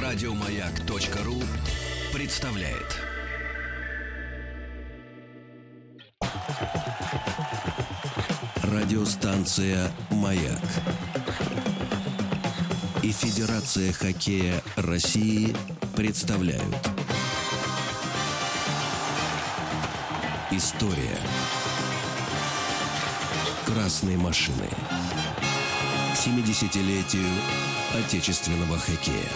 Радиомаяк.ру представляет. Радиостанция «Маяк» и Федерация хоккея России представляют. История красной машины к 70-летию отечественного хоккея.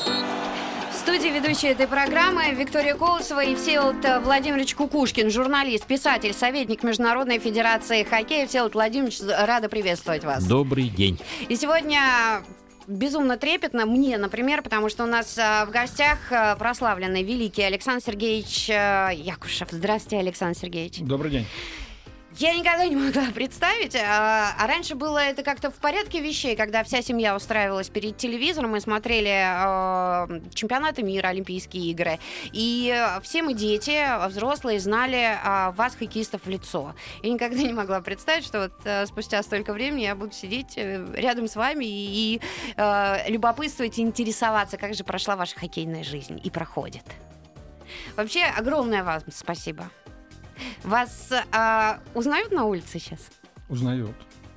В студии ведущая этой программы Виктория Колосова и Всеволод Владимирович Кукушкин, журналист, писатель, советник Международной Федерации хоккея. Всеволод Владимирович, рада приветствовать вас. Добрый день. И сегодня безумно трепетно мне, например, потому что у нас в гостях прославленный великий Александр Сергеевич Якушев. Здравствуйте, Александр Сергеевич. Добрый день. Я никогда не могла представить, а раньше было это как-то в порядке вещей, когда вся семья устраивалась перед телевизором и смотрели чемпионаты мира, Олимпийские игры. И все мы, дети, взрослые, знали вас, хоккеистов, в лицо. Я никогда не могла представить, что вот спустя столько времени я буду сидеть рядом с вами и любопытствовать, и интересоваться, как же прошла ваша хоккейная жизнь и проходит. Вообще, огромное вам спасибо. Вас узнают на улице сейчас? Узнают,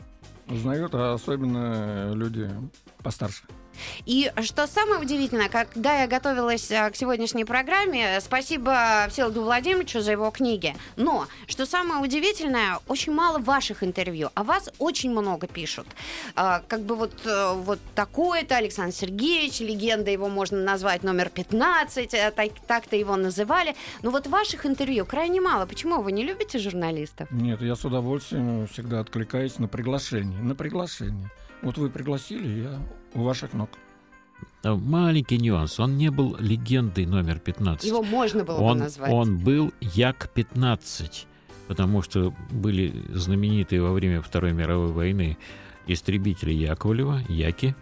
а особенно люди постарше. И что самое удивительное, когда я готовилась к сегодняшней программе, спасибо Всеволоду Владимировичу за его книги, но, что самое удивительное, очень мало ваших интервью, а вас очень много пишут. Как бы вот такой-то Александр Сергеевич, легенда его можно назвать номер 15, так-то его называли, но вот ваших интервью крайне мало. Почему? Вы не любите журналистов? Нет, я с удовольствием всегда откликаюсь на приглашение. Вот вы пригласили, я у ваших ног. Маленький нюанс. Он не был легендой номер 15. Его можно было бы назвать. Он был Як-15, потому что были знаменитые во время Второй мировой войны истребители Яковлева, Яки.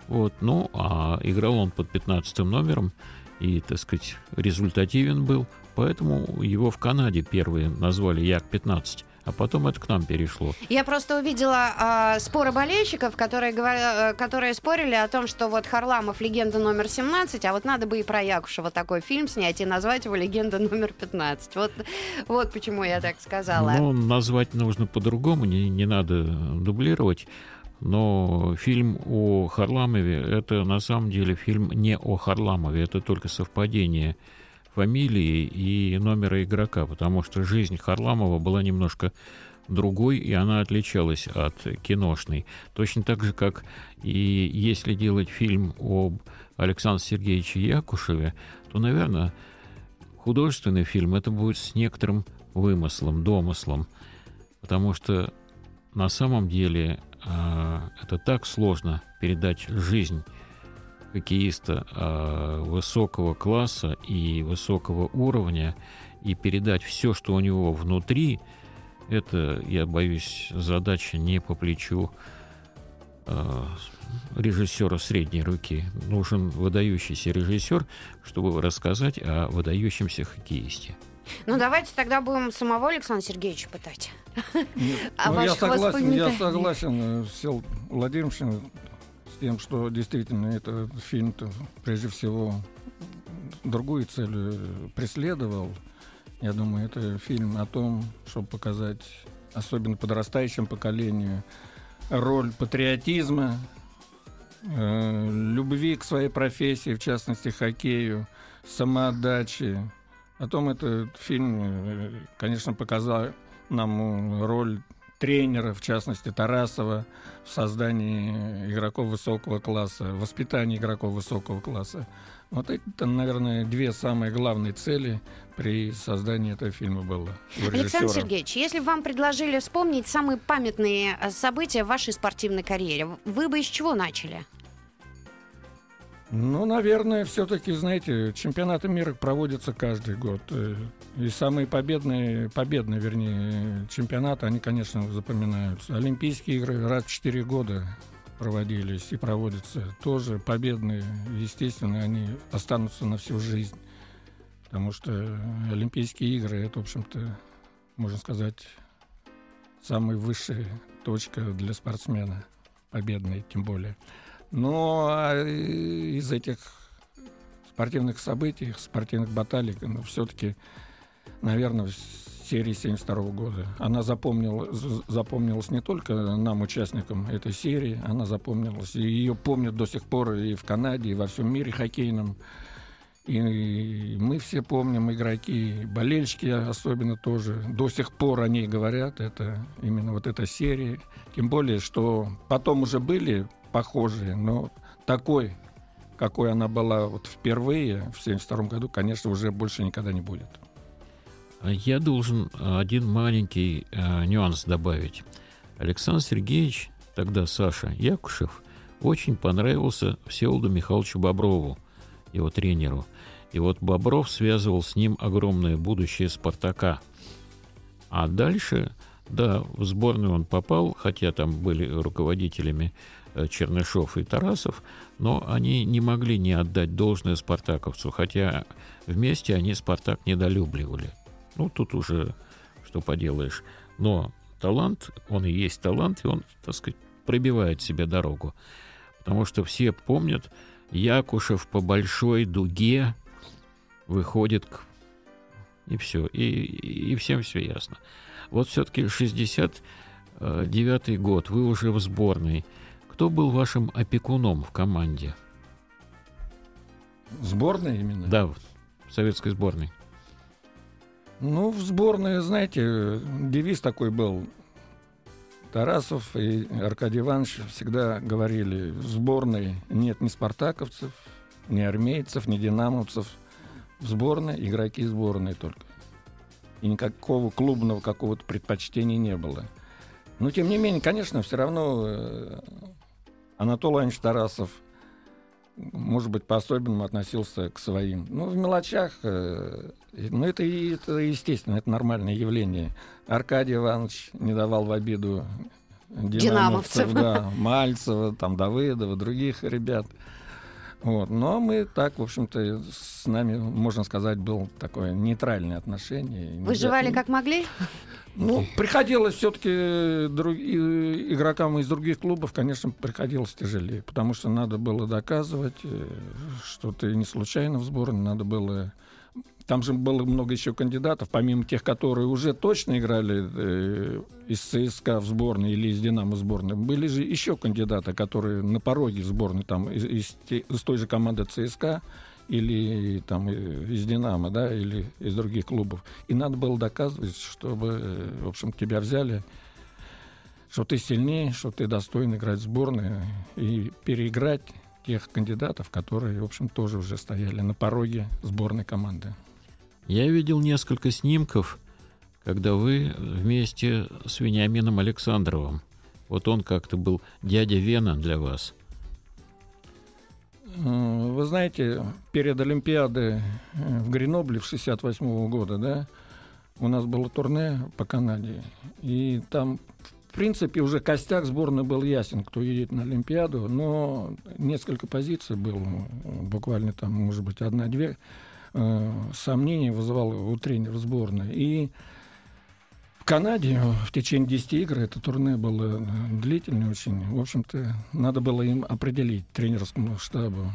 А играл он под 15 номером и, так сказать, результативен был. Поэтому его в Канаде первые назвали Як-15. А потом это к нам перешло. Я просто увидела споры болельщиков, которые спорили о том, что вот Харламов легенда номер 17, а вот надо бы и про Якушева такой фильм снять и назвать его легенда номер 15. Вот почему я так сказала. Назвать нужно по-другому, не надо дублировать. Но фильм о Харламове — это на самом деле фильм не о Харламове, это только совпадение фамилии и номера игрока, потому что жизнь Харламова была немножко другой, и она отличалась от киношной. Точно так же, как и если делать фильм об Александре Сергеевиче Якушеве, то, наверное, художественный фильм это будет с некоторым вымыслом, домыслом, потому что на самом деле это так сложно передать жизнь хоккеиста высокого класса и высокого уровня и передать все, что у него внутри. Это, я боюсь, задача не по плечу режиссера средней руки. Нужен выдающийся режиссер, чтобы рассказать о выдающемся хоккеисте. Давайте тогда будем самого Александра Сергеевича пытать. Я согласен с Всеволодом Владимировичем с тем, что действительно этот фильм прежде всего другую цель преследовал. Я думаю, это фильм о том, чтобы показать особенно подрастающему поколению роль патриотизма, любви к своей профессии, в частности хоккею, самоотдачи. Потом этот фильм, конечно, показал нам роль тренера, в частности Тарасова, в создании игроков высокого класса, воспитании игроков высокого класса. Вот это, наверное, две самые главные цели при создании этого фильма было у режиссера. Александр Сергеевич, если бы вам предложили вспомнить самые памятные события в вашей спортивной карьере, вы бы с чего начали? Наверное, все-таки, знаете, чемпионаты мира проводятся каждый год. И самые победные чемпионаты, они, конечно, запоминаются. Олимпийские игры раз в 4 года проводились и проводятся тоже победные. Естественно, они останутся на всю жизнь. Потому что Олимпийские игры — это, в общем-то, можно сказать, самая высшая точка для спортсмена, победная тем более. Но из этих спортивных событиях, спортивных баталий, но все-таки, наверное, в серии 1972 года. Она запомнилась не только нам, участникам этой серии, она запомнилась, и ее помнят до сих пор и в Канаде, и во всем мире хоккейном. И мы все помним, игроки, болельщики особенно тоже, до сих пор о ней говорят, это именно вот эта серия. Тем более, что потом уже были похожие, но такой, какой она была вот впервые в 1972 году, конечно, уже больше никогда не будет. Я должен один маленький нюанс добавить. Александр Сергеевич, тогда Саша Якушев, очень понравился Всеволоду Михайловичу Боброву, его тренеру. И вот Бобров связывал с ним огромное будущее «Спартака». А дальше, да, в сборную он попал, хотя там были руководителями Чернышов и Тарасов, но они не могли не отдать должное спартаковцу, хотя вместе они «Спартак» недолюбливали. Ну, тут уже что поделаешь. Но талант, он и есть талант, и он, так сказать, пробивает себе дорогу. Потому что все помнят, Якушев по большой дуге выходит и все. И всем все ясно. Вот все-таки 69-й год, вы уже в сборной. Кто был вашим опекуном в команде? Сборной именно? Да, в советской сборной. Ну, в сборной, знаете, девиз такой был. Тарасов и Аркадий Иванович всегда говорили, в сборной нет ни спартаковцев, ни армейцев, ни динамовцев. В сборной игроки сборной только. И никакого клубного какого-то предпочтения не было. Но, тем не менее, конечно, все равно Анатолий Иванович Тарасов, может быть, по-особенному относился к своим. Ну, в мелочах, ну, это естественно, это нормальное явление. Аркадий Иванович не давал в обиду динамовцев, да, Мальцева, там, Давыдова, других ребят. Вот. Но мы так, в общем-то, с нами, можно сказать, было такое нейтральное отношение. Выживали как могли? Ну, приходилось все-таки игрокам из других клубов, конечно, приходилось тяжелее, потому что надо было доказывать, что ты не случайно в сборной, надо было... Там же было много еще кандидатов, помимо тех, которые уже точно играли из ЦСКА в сборной или из «Динамо» в сборной, были же еще кандидаты, которые на пороге сборной, там, из той же команды ЦСКА, или там из «Динамо», да, или из других клубов. И надо было доказывать, чтобы, в общем, тебя взяли, что ты сильнее, что ты достоин играть в сборной, и переиграть тех кандидатов, которые, в общем, тоже уже стояли на пороге сборной команды. Я видел несколько снимков, когда вы вместе с Вениамином Александровым. Вот он как-то был дядя Вена для вас. Вы знаете, перед Олимпиадой в Гренобле 1968 года, да, у нас было турне по Канаде. И там, в принципе, уже костяк сборной был ясен, кто едет на Олимпиаду. Но несколько позиций было, буквально там, может быть, одна-две, сомнений вызывало у тренера сборной. И в Канаде в течение 10 игр это турне было длительное очень. В общем-то, надо было им определить, тренерскому штабу.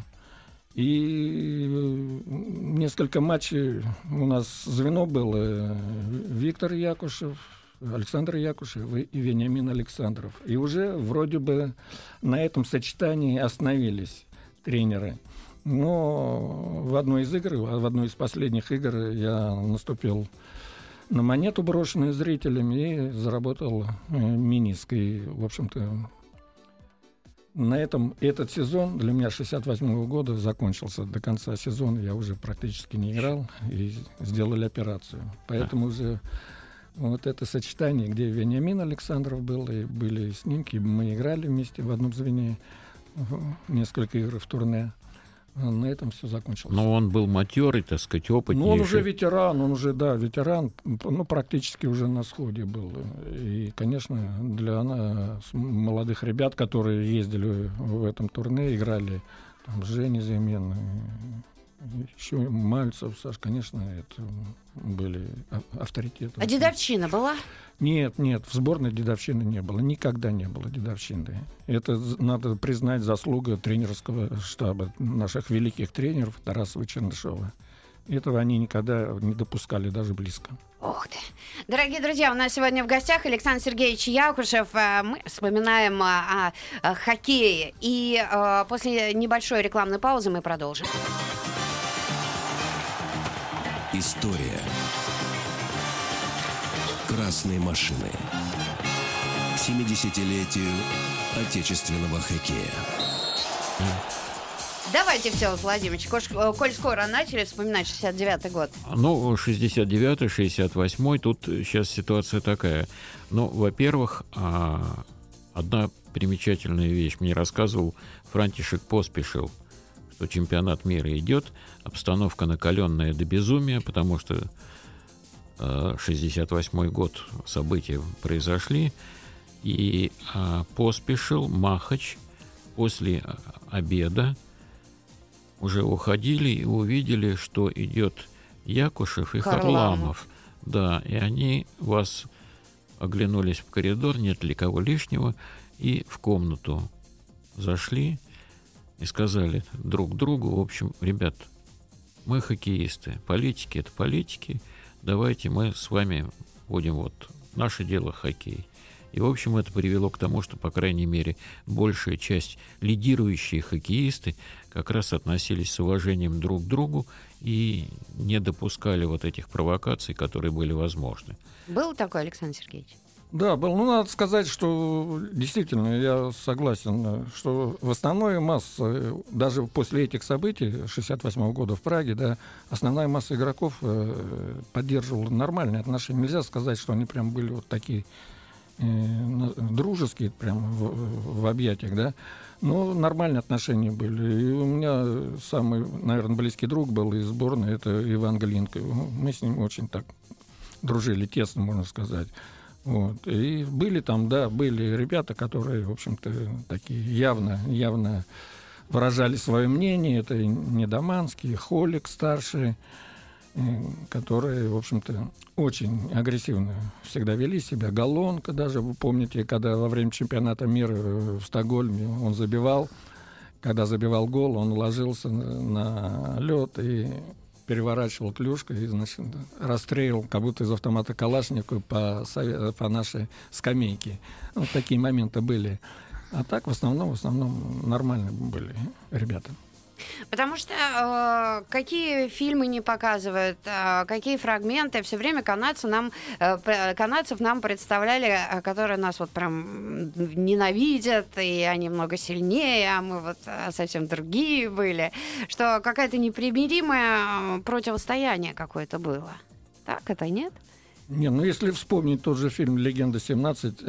И несколько матчей у нас звено было Виктор Якушев, Александр Якушев и Вениамин Александров. И уже вроде бы на этом сочетании остановились тренеры. Но в одной из последних игр я наступил на монету, брошенную зрителями, и заработал мениск. И, в общем-то, на этом этот сезон для меня 1968 года закончился. До конца сезона я уже практически не играл, и сделали операцию. Поэтому уже вот это сочетание, где Вениамин Александров был, и были снимки, мы играли вместе в одном звене несколько игр в турне. На этом все закончилось. Но он был матерый, так сказать, опытнейший. Ну, он уже ветеран, ветеран, ну, практически уже на сходе был. И, конечно, для молодых ребят, которые ездили в этом турне, играли, там, Женя Зимен, еще Мальцев, Саш, конечно, это были авторитеты. А дедовщина была? Нет, в сборной дедовщины не было. Никогда не было дедовщины. Это, надо признать, заслуга тренерского штаба, наших великих тренеров Тарасова и Чернышова. Этого они никогда не допускали, даже близко. Ух ты. Дорогие друзья, у нас сегодня в гостях Александр Сергеевич Якушев. Мы вспоминаем о хоккее. И после небольшой рекламной паузы мы продолжим. История красной машины. К 70-летию отечественного хоккея. Давайте, Всеволод Владимирович, коль скоро начали вспоминать 69-й год. Ну, 69-й, 68-й, тут сейчас ситуация такая. Ну, во-первых, одна примечательная вещь. Мне рассказывал Франтишек Поспешил, что чемпионат мира идет, обстановка накаленная до безумия, потому что 68-й год события произошли, и Поспешил, Махач после обеда уже уходили и увидели, что идет Якушев и Харламов. Да, и они вас оглянулись в коридор, нет ли кого лишнего, и в комнату зашли и сказали друг другу, в общем, ребят, мы хоккеисты, политики — это политики, давайте мы с вами будем, вот, наше дело хоккей. И, в общем, это привело к тому, что, по крайней мере, большая часть лидирующие хоккеисты как раз относились с уважением друг к другу и не допускали вот этих провокаций, которые были возможны. Был такой, Александр Сергеевич? Да, был. Ну, надо сказать, что действительно, я согласен, что в основной массе, даже после этих событий 1968 года в Праге, да, основная масса игроков поддерживала нормальные отношения. Нельзя сказать, что они прям были вот такие дружеские, прям в объятиях, да. Но нормальные отношения были. И у меня самый, наверное, близкий друг был из сборной, это Иван Глинка. Мы с ним очень так дружили, тесно, можно сказать. Вот. И были там, да, были ребята, которые, в общем-то, такие явно выражали свое мнение. Это Недоманский, Холик старший, которые, в общем-то, очень агрессивно всегда вели себя. Галонка даже, вы помните, когда во время чемпионата мира в Стокгольме он забивал, когда забивал гол, он ложился на лед и переворачивал клюшкой и, значит, расстреливал, как будто из автомата Калашникова по нашей скамейке. Вот такие моменты были. А так в основном нормально были ребята. Потому что какие фильмы не показывают, какие фрагменты, все время канадцев нам представляли, которые нас вот прям ненавидят, и они много сильнее, а мы вот совсем другие были, что какое-то непримиримое противостояние какое-то было. Так это нет? Не, ну если вспомнить тот же фильм «Легенда-17»,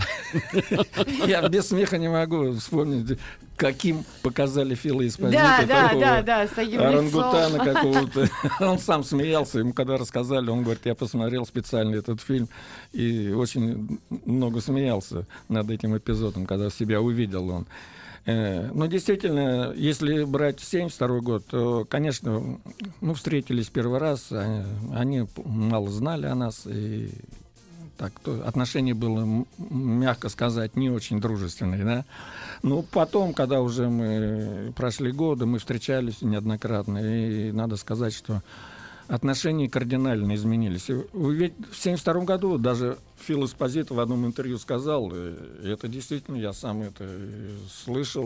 я без смеха не могу вспомнить, каким показали Фила Эспозито, да, с таким орангутана какого-то. Он сам смеялся, ему когда рассказали, он говорит, я посмотрел специально этот фильм и очень много смеялся над этим эпизодом, когда себя увидел он. Но действительно, если брать 1972 год, то, конечно, мы встретились первый раз, они мало знали о нас, и так, отношение было, мягко сказать, не очень дружественное, да. Но потом, когда уже мы прошли годы, мы встречались неоднократно, и надо сказать, что отношения кардинально изменились. Ведь в 1972 году даже Фил Эспозито в одном интервью сказал, и это действительно, я сам это слышал,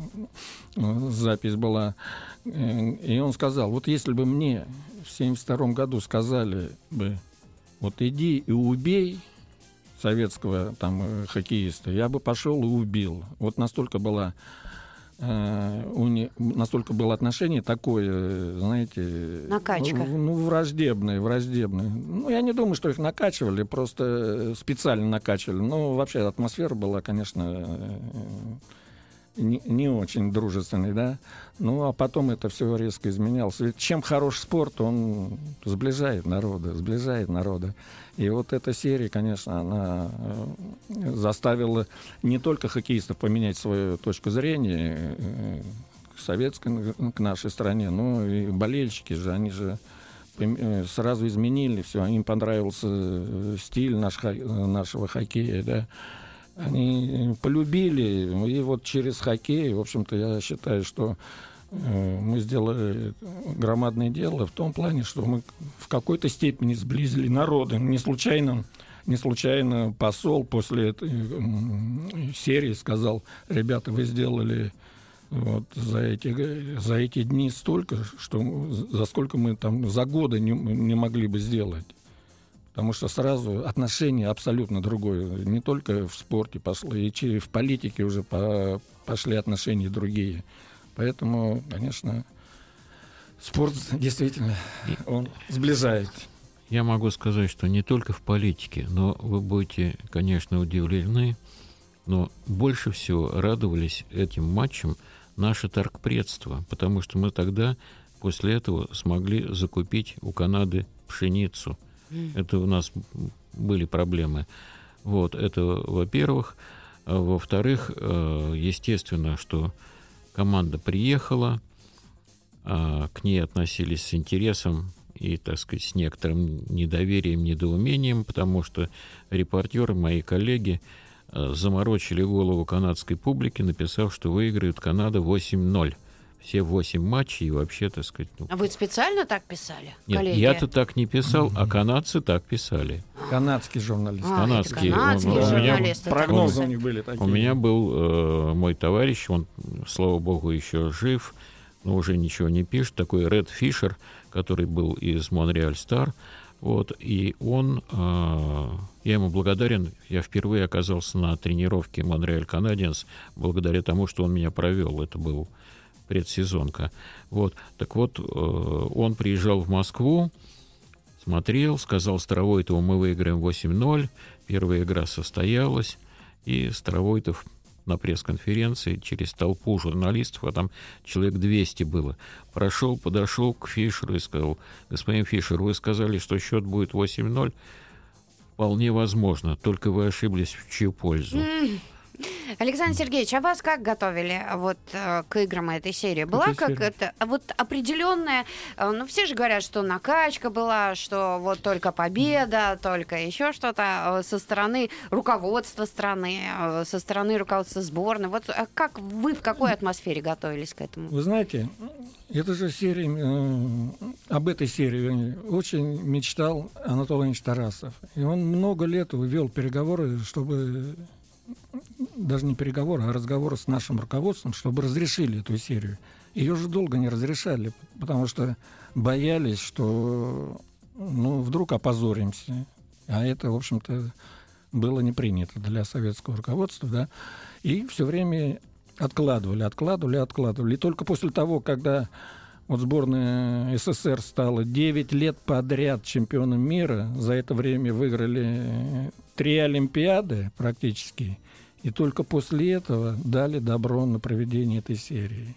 запись была, и он сказал, вот если бы мне в 1972 году сказали бы, вот иди и убей советского там хоккеиста, я бы пошел и убил. Вот настолько было отношение такое, знаете, накачка. Враждебное. Ну, я не думаю, что их накачивали, просто специально накачивали. Но вообще атмосфера была, конечно, не очень дружественной, да. Ну, а потом это все резко изменялось. Ведь чем хорош спорт, он сближает народа. И вот эта серия, конечно, она заставила не только хоккеистов поменять свою точку зрения, советской, к нашей стране, ну и болельщики же, они же сразу изменили все, им понравился стиль нашего хоккея, да. Они полюбили, и вот через хоккей, в общем-то, я считаю, что мы сделали громадное дело в том плане, что мы в какой-то степени сблизили народы. Не случайно посол после этой серии сказал: ребята, вы сделали вот за эти дни столько, что за сколько мы там за годы не могли бы сделать. Потому что сразу отношение абсолютно другое. Не только в спорте пошло, и в политике уже пошли отношения другие. Поэтому, конечно, спорт действительно он сближает. Я могу сказать, что не только в политике, но вы будете, конечно, удивлены, но больше всего радовались этим матчам наше торгпредство, потому что мы тогда после этого смогли закупить у Канады пшеницу. Это у нас были проблемы. Вот, это во-первых. Во-вторых, естественно, что команда приехала, к ней относились с интересом и, так сказать, с некоторым недоверием, недоумением, потому что репортеры, мои коллеги, заморочили голову канадской публике, написав, что выиграет Канада 8-0. Все 8 матчей и вообще, так сказать... А вы специально так писали, Нет, коллеги? я-то так не писал, а канадцы так писали. Канадские журналисты. Канадские журналисты. Прогнозы у них были такие. У меня был мой товарищ, он, слава богу, еще жив, но уже ничего не пишет, такой Ред Фишер, который был из Монреаль Стар. Вот, и он, я ему благодарен, я впервые оказался на тренировке Монреаль Канадиенс благодаря тому, что он меня провел. Это был предсезонка. Вот. Так вот, он приезжал в Москву, смотрел, сказал Старовойтову: мы выиграем 8-0. Первая игра состоялась, и Старовойтов на пресс-конференции через толпу журналистов, а там человек 200 было, подошел к Фишеру и сказал: господин Фишер, вы сказали, что счет будет 8-0. Вполне возможно, только вы ошиблись в чью пользу. Александр Сергеевич, а вас как готовили вот к играм этой серии? Была как-то вот определенная, ну все же говорят, что накачка была, что вот только победа, только еще что-то со стороны руководства страны, со стороны руководства сборной. Вот как вы в какой атмосфере готовились к этому? Вы знаете, это же серия, об этой серии очень мечтал Анатолий Ильич Тарасов. И он много лет вел переговоры, чтобы... даже не переговоры, а разговоры с нашим руководством, чтобы разрешили эту серию. Ее же долго не разрешали, потому что боялись, что вдруг опозоримся. А это, в общем-то, было не принято для советского руководства. Да? И все время откладывали. И только после того, когда вот сборная СССР стала 9 лет подряд чемпионом мира, за это время выиграли 3 Олимпиады практически, и только после этого дали добро на проведение этой серии.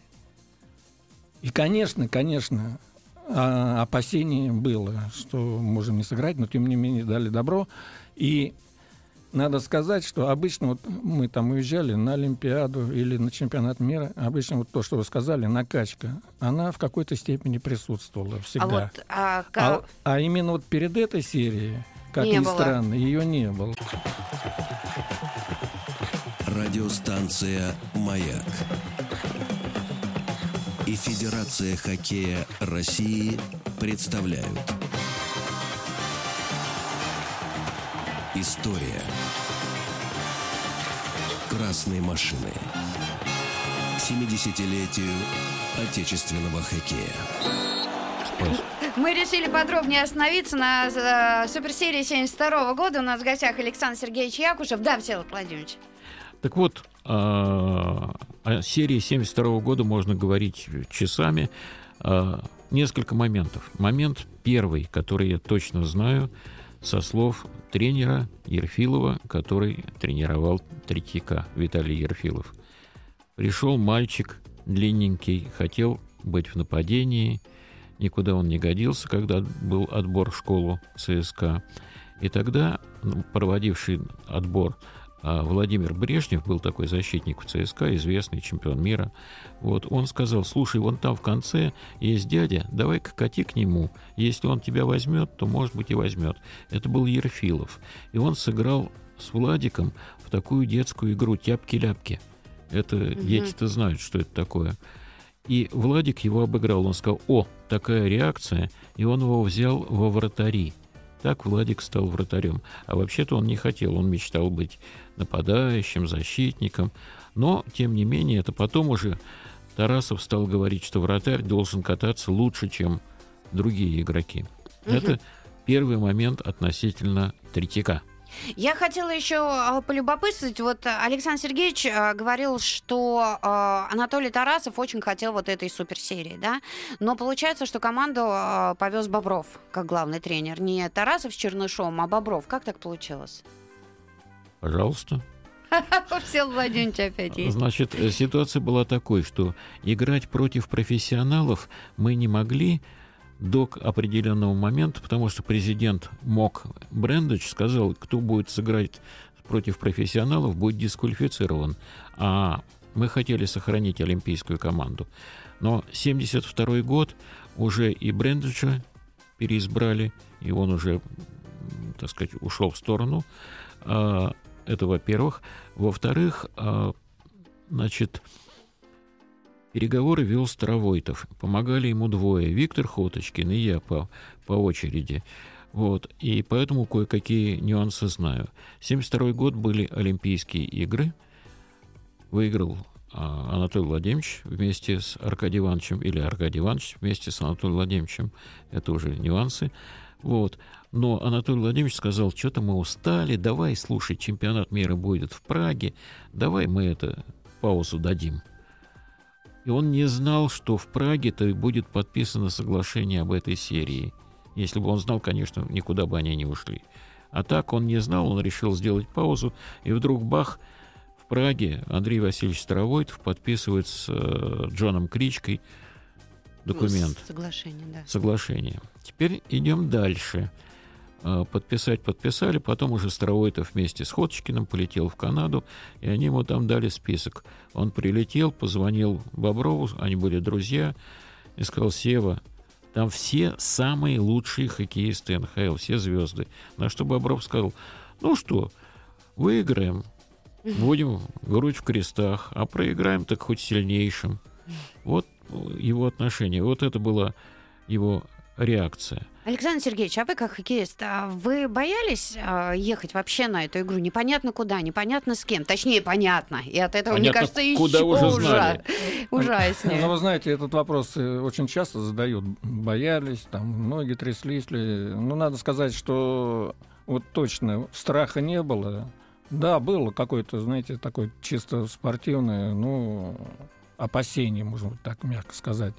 И, конечно, опасение было, что можем не сыграть, но тем не менее дали добро. И надо сказать, что обычно вот мы там уезжали на Олимпиаду или на чемпионат мира, обычно вот то, что вы сказали, накачка, она в какой-то степени присутствовала всегда. А именно вот перед этой серией, как ни странно, ее не было. Радиостанция «Маяк» и Федерация хоккея России представляют «История красной машины» 70-летию отечественного хоккея. Мы решили подробнее остановиться на суперсерии 1972 года. У нас в гостях Александр Сергеевич Якушев. Да, Всеволод Владимирович. Так вот, о серии 1972 года можно говорить часами. Несколько моментов. Момент первый, который я точно знаю, со слов тренера Ерфилова, который тренировал Третьяка, Виталий Ерфилов. Пришел мальчик длинненький, хотел быть в нападении, никуда он не годился, когда был отбор в школу ЦСКА. И тогда проводивший отбор Владимир Брежнев, был такой защитник в ЦСКА, известный чемпион мира. Вот, он сказал: слушай, вон там в конце есть дядя, давай-ка кати к нему. Если он тебя возьмет, то, может быть, и возьмет. Это был Ерфилов. И он сыграл с Владиком в такую детскую игру «Тяпки-ляпки». Это дети-то знают, что это такое. И Владик его обыграл. Он сказал: о, такая реакция. И он его взял во вратари. Так Владик стал вратарем. А вообще-то он не хотел. Он мечтал быть нападающим, защитником. Но, тем не менее, это потом уже Тарасов стал говорить, что вратарь должен кататься лучше, чем другие игроки. Это первый момент относительно Третьяка. Я хотела еще полюбопытствовать. Вот Александр Сергеевич говорил, что Анатолий Тарасов очень хотел вот этой суперсерии, да? Но получается, что команду повез Бобров как главный тренер. Не Тарасов с Чернышовым, а Бобров. Как так получилось? Пожалуйста. Всеволод Владимирович опять есть. Значит, ситуация была такой, что играть против профессионалов мы не могли до определенного момента, потому что президент МОК Брендович сказал, кто будет сыграть против профессионалов, будет дисквалифицирован. А мы хотели сохранить олимпийскую команду. Но 1972 год уже и Брендовича переизбрали, и он уже, так сказать, ушел в сторону. Это во-первых. Во-вторых, значит, переговоры вел Старовойтов. Помогали ему двое: Виктор Хоточкин и я по очереди. Вот. И поэтому кое-какие нюансы знаю. 1972 год были Олимпийские игры. Выиграл Анатолий Владимирович вместе с Аркадием Ивановичем, или Аркадий Иванович вместе с Анатолием Владимировичем. Это уже нюансы. Вот. Но Анатолий Владимирович сказал: что-то мы устали, давай, слушай, чемпионат мира будет в Праге, давай мы это паузу дадим. И он не знал, что в Праге-то будет подписано соглашение об этой серии. Если бы он знал, конечно, никуда бы они не ушли. А так он не знал, он решил сделать паузу, и вдруг бах, в Праге Андрей Васильевич Старовойтов подписывает с Джоном Кричкой документ. Соглашение, да. Соглашение. Теперь идем дальше. Подписали, потом уже Старовойтов вместе с Хоточкиным полетел в Канаду, и они ему там дали список. Он прилетел, позвонил Боброву, они были друзья, и сказал: Сева, там все самые лучшие хоккеисты НХЛ, все звезды. На что Бобров сказал: ну что, выиграем, будем грудь в крестах, а проиграем, так хоть сильнейшим. Вот его отношение, вот это была его реакция. Александр Сергеевич, а вы как хоккеист, вы боялись ехать вообще на эту игру? Непонятно куда, непонятно с кем. Точнее, понятно. И от этого, мне кажется, еще куда уже знали. Ужаснее. Ну, вы знаете, этот вопрос очень часто задают. Боялись, там, ноги тряслись ли. Ну, надо сказать, что вот точно страха не было. Да, было какое-то, знаете, такое чисто спортивное, ну, опасение, можно так мягко сказать.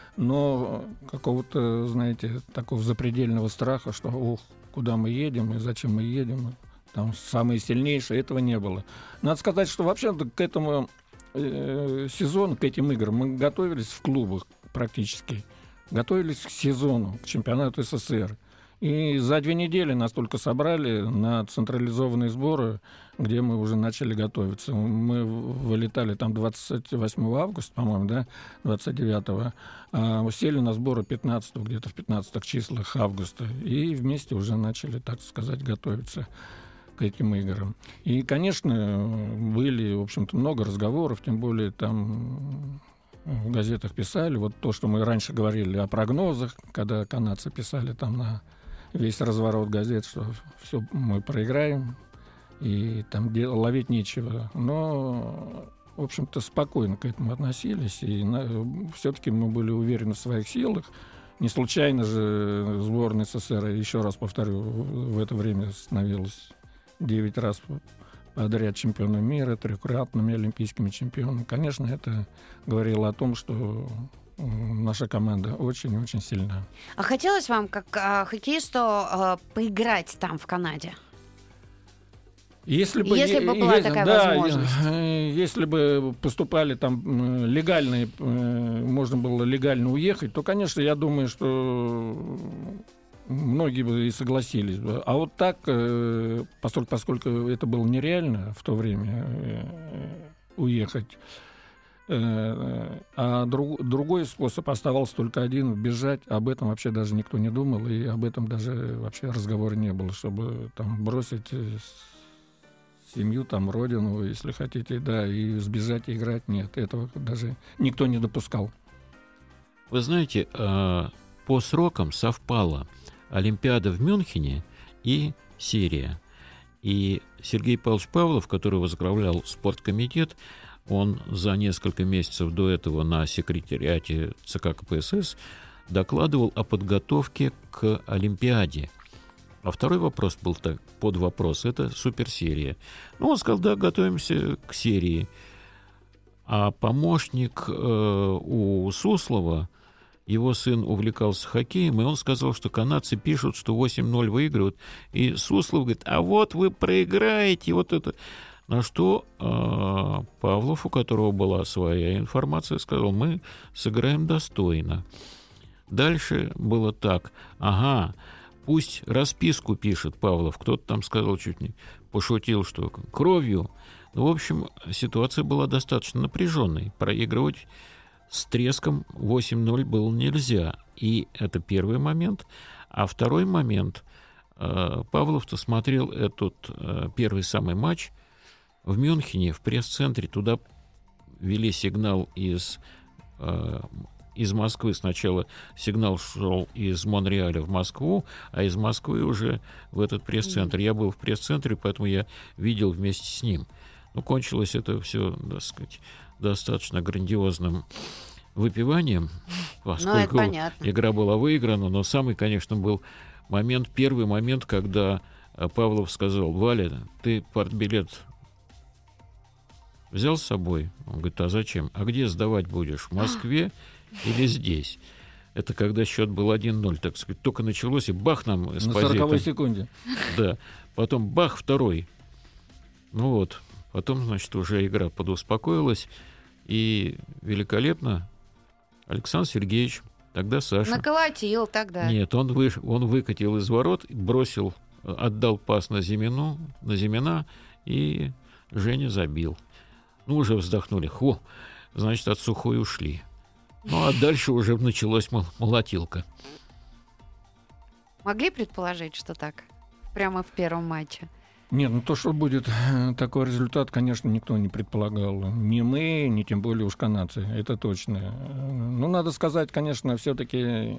Но какого-то, знаете, такого запредельного страха, что ох, куда мы едем и зачем мы едем, там самые сильнейшие, этого не было. Надо сказать, что вообще к этому сезону, к этим играм мы готовились в клубах практически. Готовились к сезону, к чемпионату СССР. И за 2 недели нас только собрали на централизованные сборы, где мы уже начали готовиться. Мы вылетали там 28 августа, по-моему, да, 29-го, а сели на сборы 15-го, где-то в 15-х числах августа. И вместе уже начали, так сказать, готовиться к этим играм. И, конечно, были, в общем-то, много разговоров, тем более там в газетах писали. Вот то, что мы раньше говорили о прогнозах, когда канадцы писали там на весь разворот газет, что все мы проиграем, и там ловить нечего. Но, в общем-то, спокойно к этому относились, и все-таки мы были уверены в своих силах. Не случайно же сборная СССР, еще раз повторю, в это время становилась 9 раз подряд чемпионом мира, 3-кратными олимпийскими чемпионами. Конечно, это говорило о том, что наша команда очень-очень сильна. А хотелось вам, как хоккеисту, поиграть там, в Канаде? Если бы была такая возможность. Если бы поступали там легальные, можно было легально уехать, то, конечно, я думаю, что многие бы и согласились. А вот так, поскольку это было нереально в то время уехать, а другой способ оставался только один — бежать. Об этом вообще даже никто не думал, и об этом даже вообще разговора не было, чтобы там бросить семью, там, родину, если хотите, да, и сбежать и играть. Нет, этого даже никто не допускал. Вы знаете, по срокам совпала Олимпиада в Мюнхене и серия. И Сергей Павлович Павлов, который возглавлял спорткомитет, он за несколько месяцев до этого на секретариате ЦК КПСС докладывал о подготовке к Олимпиаде. А второй вопрос был под вопрос — это суперсерия. Ну, он сказал, да, готовимся к серии. А помощник у Суслова, его сын увлекался хоккеем, и он сказал, что канадцы пишут, что 8-0 выигрывают. И Суслов говорит, а вот вы проиграете, вот это. На что Павлов, у которого была своя информация, сказал, мы сыграем достойно. Дальше было так. Ага, пусть расписку пишет Павлов. Кто-то там сказал, чуть не пошутил, что кровью. Ну, в общем, ситуация была достаточно напряженной. Проигрывать с треском 8-0 было нельзя. И это первый момент. А второй момент. Павлов-то смотрел этот первый самый матч в Мюнхене, в пресс-центре. Туда вели сигнал из Москвы. Сначала сигнал шел из Монреаля в Москву, а из Москвы уже в этот пресс-центр. Я был в пресс-центре, поэтому я видел вместе с ним. Ну, кончилось это все, так сказать, достаточно грандиозным выпиванием, поскольку игра была выиграна. Но самый, конечно, был первый момент, когда Павлов сказал, Валя, ты партбилет взял с собой? Он говорит, а зачем? А где сдавать будешь? В Москве или здесь? Это когда счет был 1-0, так сказать, только началось, и бах нам с позиции. На 40-й секунде. Да. Потом бах, второй. Ну вот. Потом, значит, уже игра подуспокоилась. И великолепно Александр Сергеевич, тогда Саша... Наколотил тогда. Нет, он выкатил из ворот, бросил, отдал пас на Зимина, и Женя забил. Ну, уже вздохнули. Значит, от сухой ушли. Ну, а дальше уже началась молотилка. Могли предположить, что так? Прямо в первом матче? Нет, то, что будет такой результат, конечно, никто не предполагал. Ни мы, ни тем более уж канадцы. Это точно. Ну, надо сказать, конечно, все-таки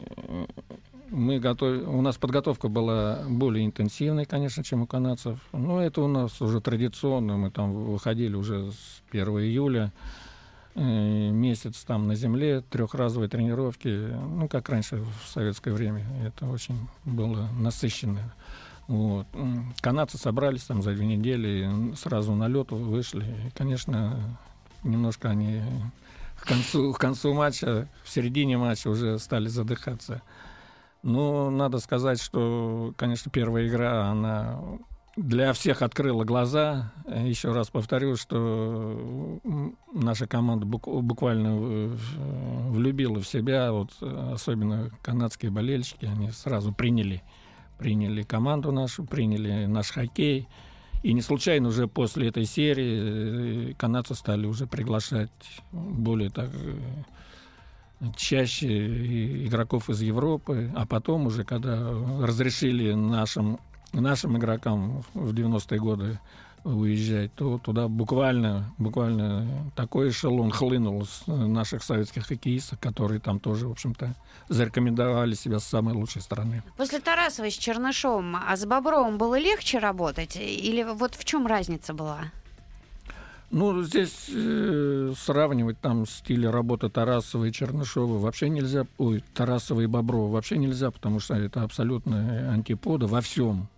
у нас подготовка была более интенсивной, конечно, чем у канадцев. Но это у нас уже традиционно. Мы там выходили уже с 1 июля. Месяц там на земле, трехразовые тренировки. Ну, как раньше в советское время. Это очень было насыщенно. Вот. Канадцы собрались там за 2 недели, сразу на лед вышли. И, конечно, немножко они к концу матча, в середине матча уже стали задыхаться. Но надо сказать, что, конечно, первая игра, она для всех открыла глаза. Еще раз повторю, что наша команда буквально влюбила в себя. Вот, особенно канадские болельщики, они сразу приняли команду нашу, приняли наш хоккей. И не случайно уже после этой серии канадцы стали уже приглашать более чаще игроков из Европы. А потом уже, когда разрешили нашим игрокам в 90-е годы уезжать, то туда буквально такой эшелон хлынул с наших советских хоккеистов, которые там тоже, в общем-то, зарекомендовали себя с самой лучшей стороны. После Тарасова с Чернышовым, а с Бобровым было легче работать? Или вот в чем разница была? Ну, здесь сравнивать там стили работы Тарасова и Чернышова вообще нельзя. Тарасова и Боброва вообще нельзя, потому что это абсолютно антиподы во всем.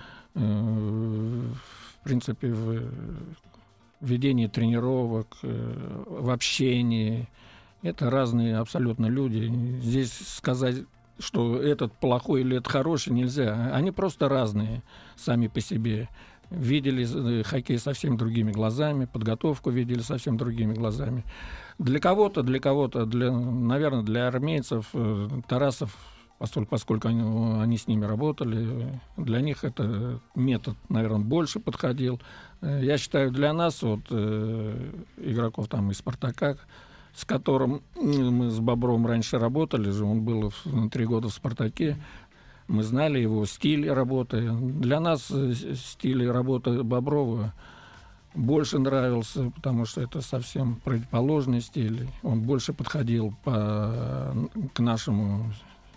В принципе, в ведении тренировок, в общении. Это разные абсолютно люди. Здесь сказать, что этот плохой или этот хороший, нельзя. Они просто разные сами по себе. Видели хоккей совсем другими глазами, подготовку видели совсем другими глазами. Для кого-то, наверное, для армейцев Тарасов поскольку они с ними работали. Для них этот метод, наверное, больше подходил. Я считаю, для нас, игроков там из «Спартака», с которым мы с Бобровым раньше работали, он был 3 года в «Спартаке», мы знали его стиль работы. Для нас стиль работы Боброва больше нравился, потому что это совсем противоположный стиль. Он больше подходил к нашему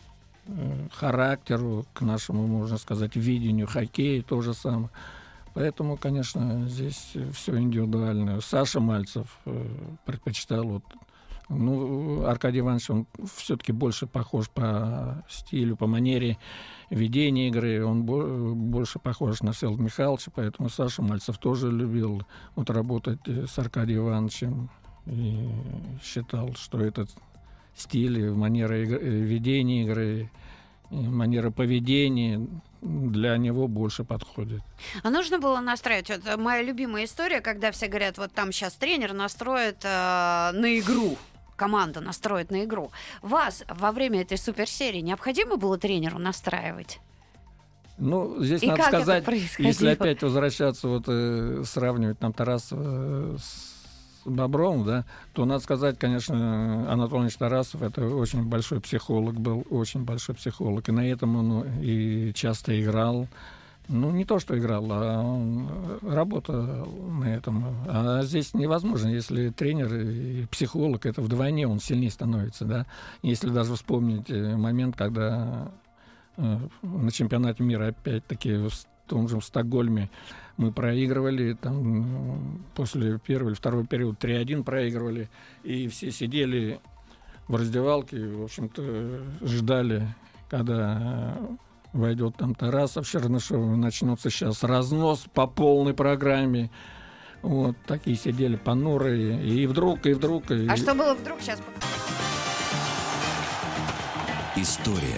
характеру, к нашему, можно сказать, видению хоккея, то же самое. Поэтому, конечно, здесь все индивидуально. Саша Мальцев предпочитал Аркадий Иванович, он все-таки больше похож по стилю, по манере ведения игры. Он больше похож на Всеволода Михайловича, поэтому Саша Мальцев тоже любил работать с Аркадием Ивановичем и считал, что этот стиль, манера ведения игры, манера поведения для него больше подходит. А нужно было настраивать? Вот моя любимая история, когда все говорят, вот там сейчас тренер настроит на игру. Команда настроит на игру. Вас во время этой суперсерии необходимо было тренеру настраивать? Здесь и надо сказать, если опять возвращаться, сравнивать нам Тарасова с Бобровым, да, то надо сказать, конечно, Анатолий Ильич Тарасов — это очень большой психолог был, очень большой психолог. И на этом он и часто играл. Не то, что играл, а он работал на этом. А здесь невозможно, если тренер и психолог, это вдвойне он сильнее становится, да. Если даже вспомнить момент, когда на чемпионате мира, опять-таки, в том же Стокгольме мы проигрывали, там после первого или второго периода 3-1 проигрывали, и все сидели в раздевалке, в общем-то, ждали, когда войдет там Тарасов, Чернышов, начнется сейчас разнос по полной программе. Такие сидели понурые. И вдруг. А что было вдруг сейчас? История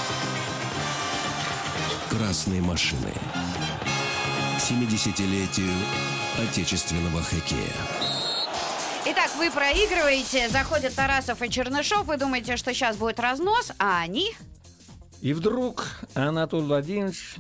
красной машины. К 70-летию отечественного хоккея. Итак, вы проигрываете, заходят Тарасов и Чернышов, вы думаете, что сейчас будет разнос, а они... И вдруг Анатолий Владимирович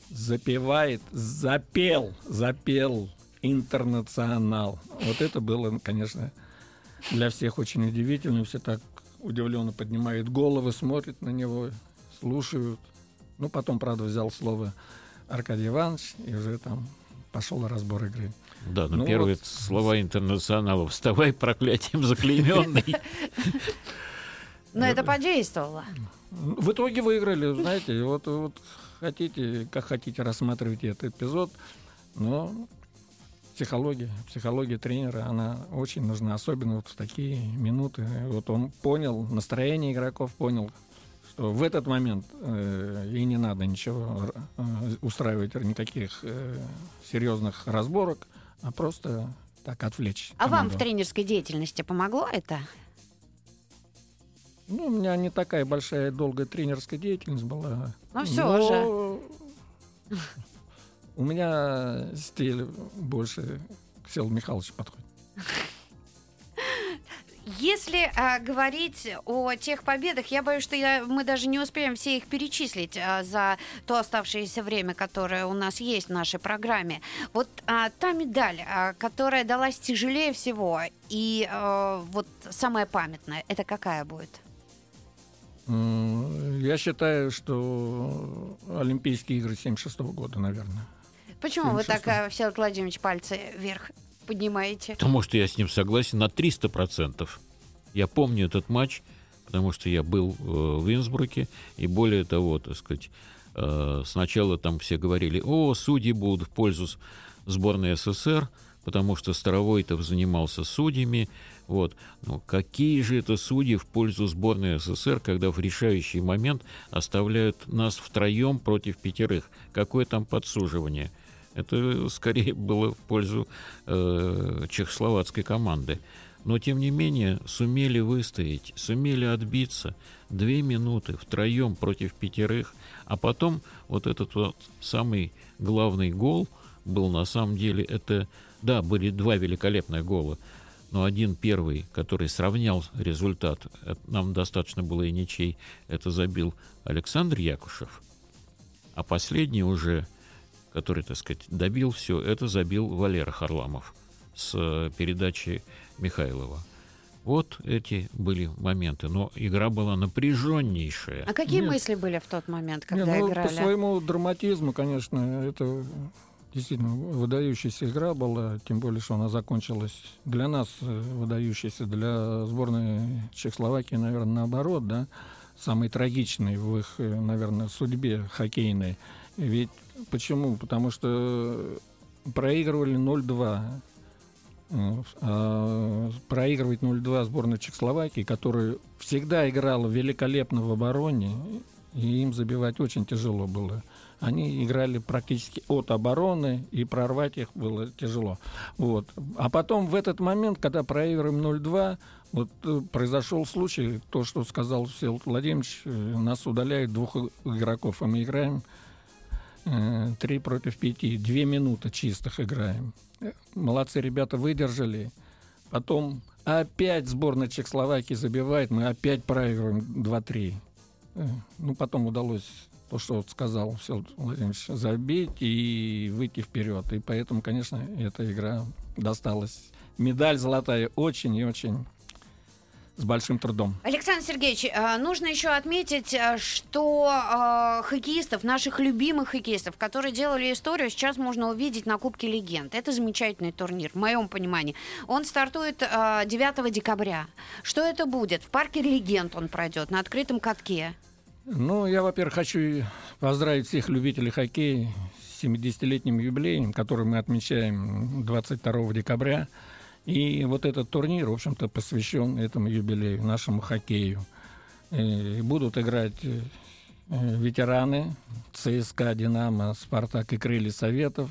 запел «Интернационал». Вот это было, конечно, для всех очень удивительно. Все так удивленно поднимают головы, смотрят на него, слушают. Потом, правда, взял слово Аркадий Иванович, и уже там пошел разбор игры. Да, первые слова «Интернационала» «Вставай, проклятием заклейменный». Но это подействовало. В итоге выиграли, знаете, как хотите рассматривайте этот эпизод, но психология тренера, она очень нужна, особенно в такие минуты. Он понял настроение игроков, понял, что в этот момент и не надо ничего устраивать, никаких серьезных разборок, а просто так отвлечь команду. А вам в тренерской деятельности помогло это? У меня не такая большая долгая тренерская деятельность была. Все же. У меня стиль больше к Всеволоду Михайловичу подходит. Если говорить о тех победах, я боюсь, что мы даже не успеем все их перечислить за то оставшееся время, которое у нас есть в нашей программе. Та медаль, которая далась тяжелее всего и самая памятная, это какая будет? Я считаю, что Олимпийские игры 1976 года, наверное. Почему вы так, Всеволод Владимирович, пальцы вверх поднимаете? Потому что я с ним согласен на 300%. Я помню этот матч, потому что я был в Инсбруке, и более того, так сказать, сначала там все говорили: судьи будут в пользу сборной СССР, потому что Старовойтов занимался судьями. Но какие же это судьи в пользу сборной СССР, когда в решающий момент оставляют нас втроем против 5? Какое там подсуживание? Это скорее было в пользу чехословацкой команды. Но, тем не менее, сумели выстоять, сумели отбиться 2 минуты втроем против 5. А потом этот самый главный гол был, на самом деле, были 2 великолепных гола. но один первый, который сравнял результат, нам достаточно было и ничей, это забил Александр Якушев, а последний уже, который, так сказать, добил все, это забил Валера Харламов с передачи Михайлова. Вот эти были моменты. Но игра была напряженнейшая. А какие мысли были в тот момент, когда играли? По своему драматизму, конечно, это действительно выдающаяся игра была, тем более, что она закончилась для нас выдающейся, для сборной Чехословакии, наверное, наоборот, да, самой трагичной в их, наверное, судьбе хоккейной. Ведь почему? Потому что проигрывали 0-2. Проигрывать 0-2 сборной Чехословакии, которая всегда играла великолепно в обороне, и им забивать очень тяжело было. Они играли практически от обороны, и прорвать их было тяжело. Вот. А потом в этот момент, когда проигрываем 0-2, вот произошел случай, то, что сказал Всеволод Владимирович, нас удаляют 2 игроков, а мы играем 3 против 5, 2 минуты чистых играем. Молодцы ребята, выдержали. Потом опять сборная Чехословакии забивает, мы опять проигрываем 2-3. Потом удалось то, что вот сказал Всеволод Владимирович, забить и выйти вперед. И поэтому, конечно, эта игра досталась. Медаль золотая очень и очень с большим трудом. Александр Сергеевич, нужно еще отметить, что хоккеистов, наших любимых хоккеистов, которые делали историю, сейчас можно увидеть на Кубке Легенд. Это замечательный турнир, в моем понимании. Он стартует 9 декабря. Что это будет? В парке Легенд он пройдет, на открытом катке. Я, во-первых, хочу поздравить всех любителей хоккея с 70-летним юбилеем, который мы отмечаем 22 декабря. И вот этот турнир, в общем-то, посвящен этому юбилею, нашему хоккею. И будут играть ветераны ЦСКА, Динамо, Спартак и Крылья Советов.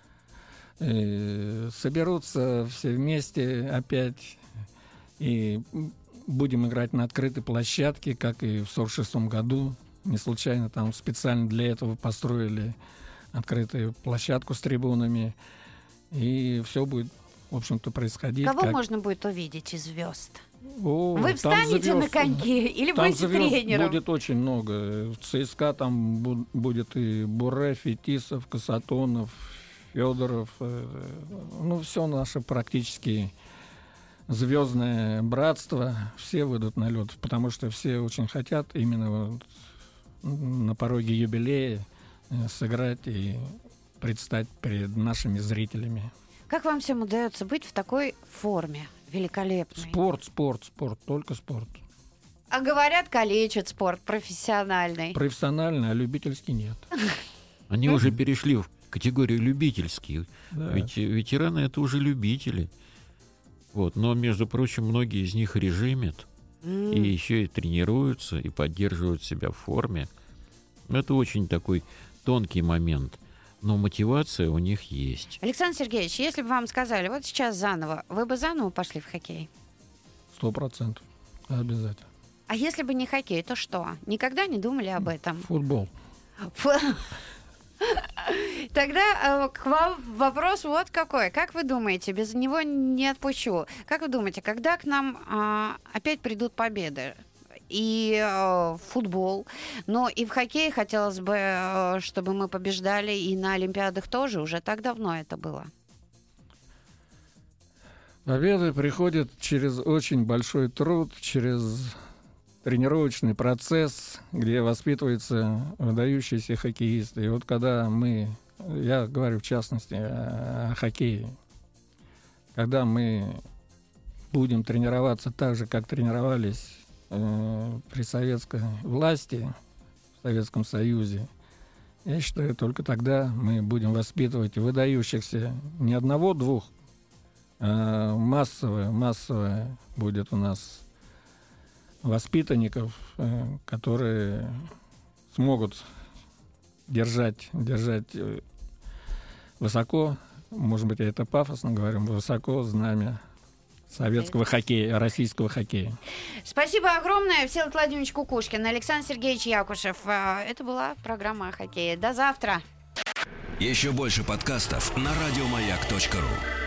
Соберутся все вместе опять и будем играть на открытой площадке, как и в 1946 году. Не случайно там специально для этого построили открытую площадку с трибунами. И все будет, в общем-то, происходить. Кого можно будет увидеть из звезд? Вы встанете на коньки или будете тренером? Будет очень много. В ЦСКА там будет и Буре, Фетисов, Касатонов, Федоров. Все наше практически звездное братство. Все выйдут на лед, потому что все очень хотят именно на пороге юбилея сыграть и предстать перед нашими зрителями. Как вам всем удается быть в такой форме великолепной? Спорт, только спорт. А говорят, калечит спорт профессиональный. Профессиональный, а любительский нет. Они уже перешли в категорию любительские. Да. Ведь ветераны — это уже любители. Вот. Но, между прочим, многие из них режимят. И еще и тренируются, и поддерживают себя в форме. Это очень такой тонкий момент. Но мотивация у них есть. Александр Сергеевич, если бы вам сказали, вот сейчас заново, вы бы заново пошли в хоккей? 100%. Обязательно. А если бы не хоккей, то что? Никогда не думали об этом? Футбол. Тогда к вам вопрос вот какой. Как вы думаете, без него не отпущу. Как вы думаете, когда к нам опять придут победы? И в футбол, но и в хоккее хотелось бы, чтобы мы побеждали, и на Олимпиадах тоже. Уже так давно это было. Победы приходят через очень большой труд, через тренировочный процесс, где воспитываются выдающиеся хоккеисты. И вот когда я говорю в частности о хоккее, когда мы будем тренироваться так же, как тренировались при советской власти, в Советском Союзе, я считаю, только тогда мы будем воспитывать выдающихся не одного-двух, а массовое будет у нас воспитанников, которые смогут держать высоко, может быть, я это пафосно говорю, высоко знамя советского хоккея, российского хоккея. Спасибо огромное. Всеволод Владимирович Кукушкин, Александр Сергеевич Якушев. Это была программа о хоккее. До завтра. Еще больше подкастов на радиомаяк.ру.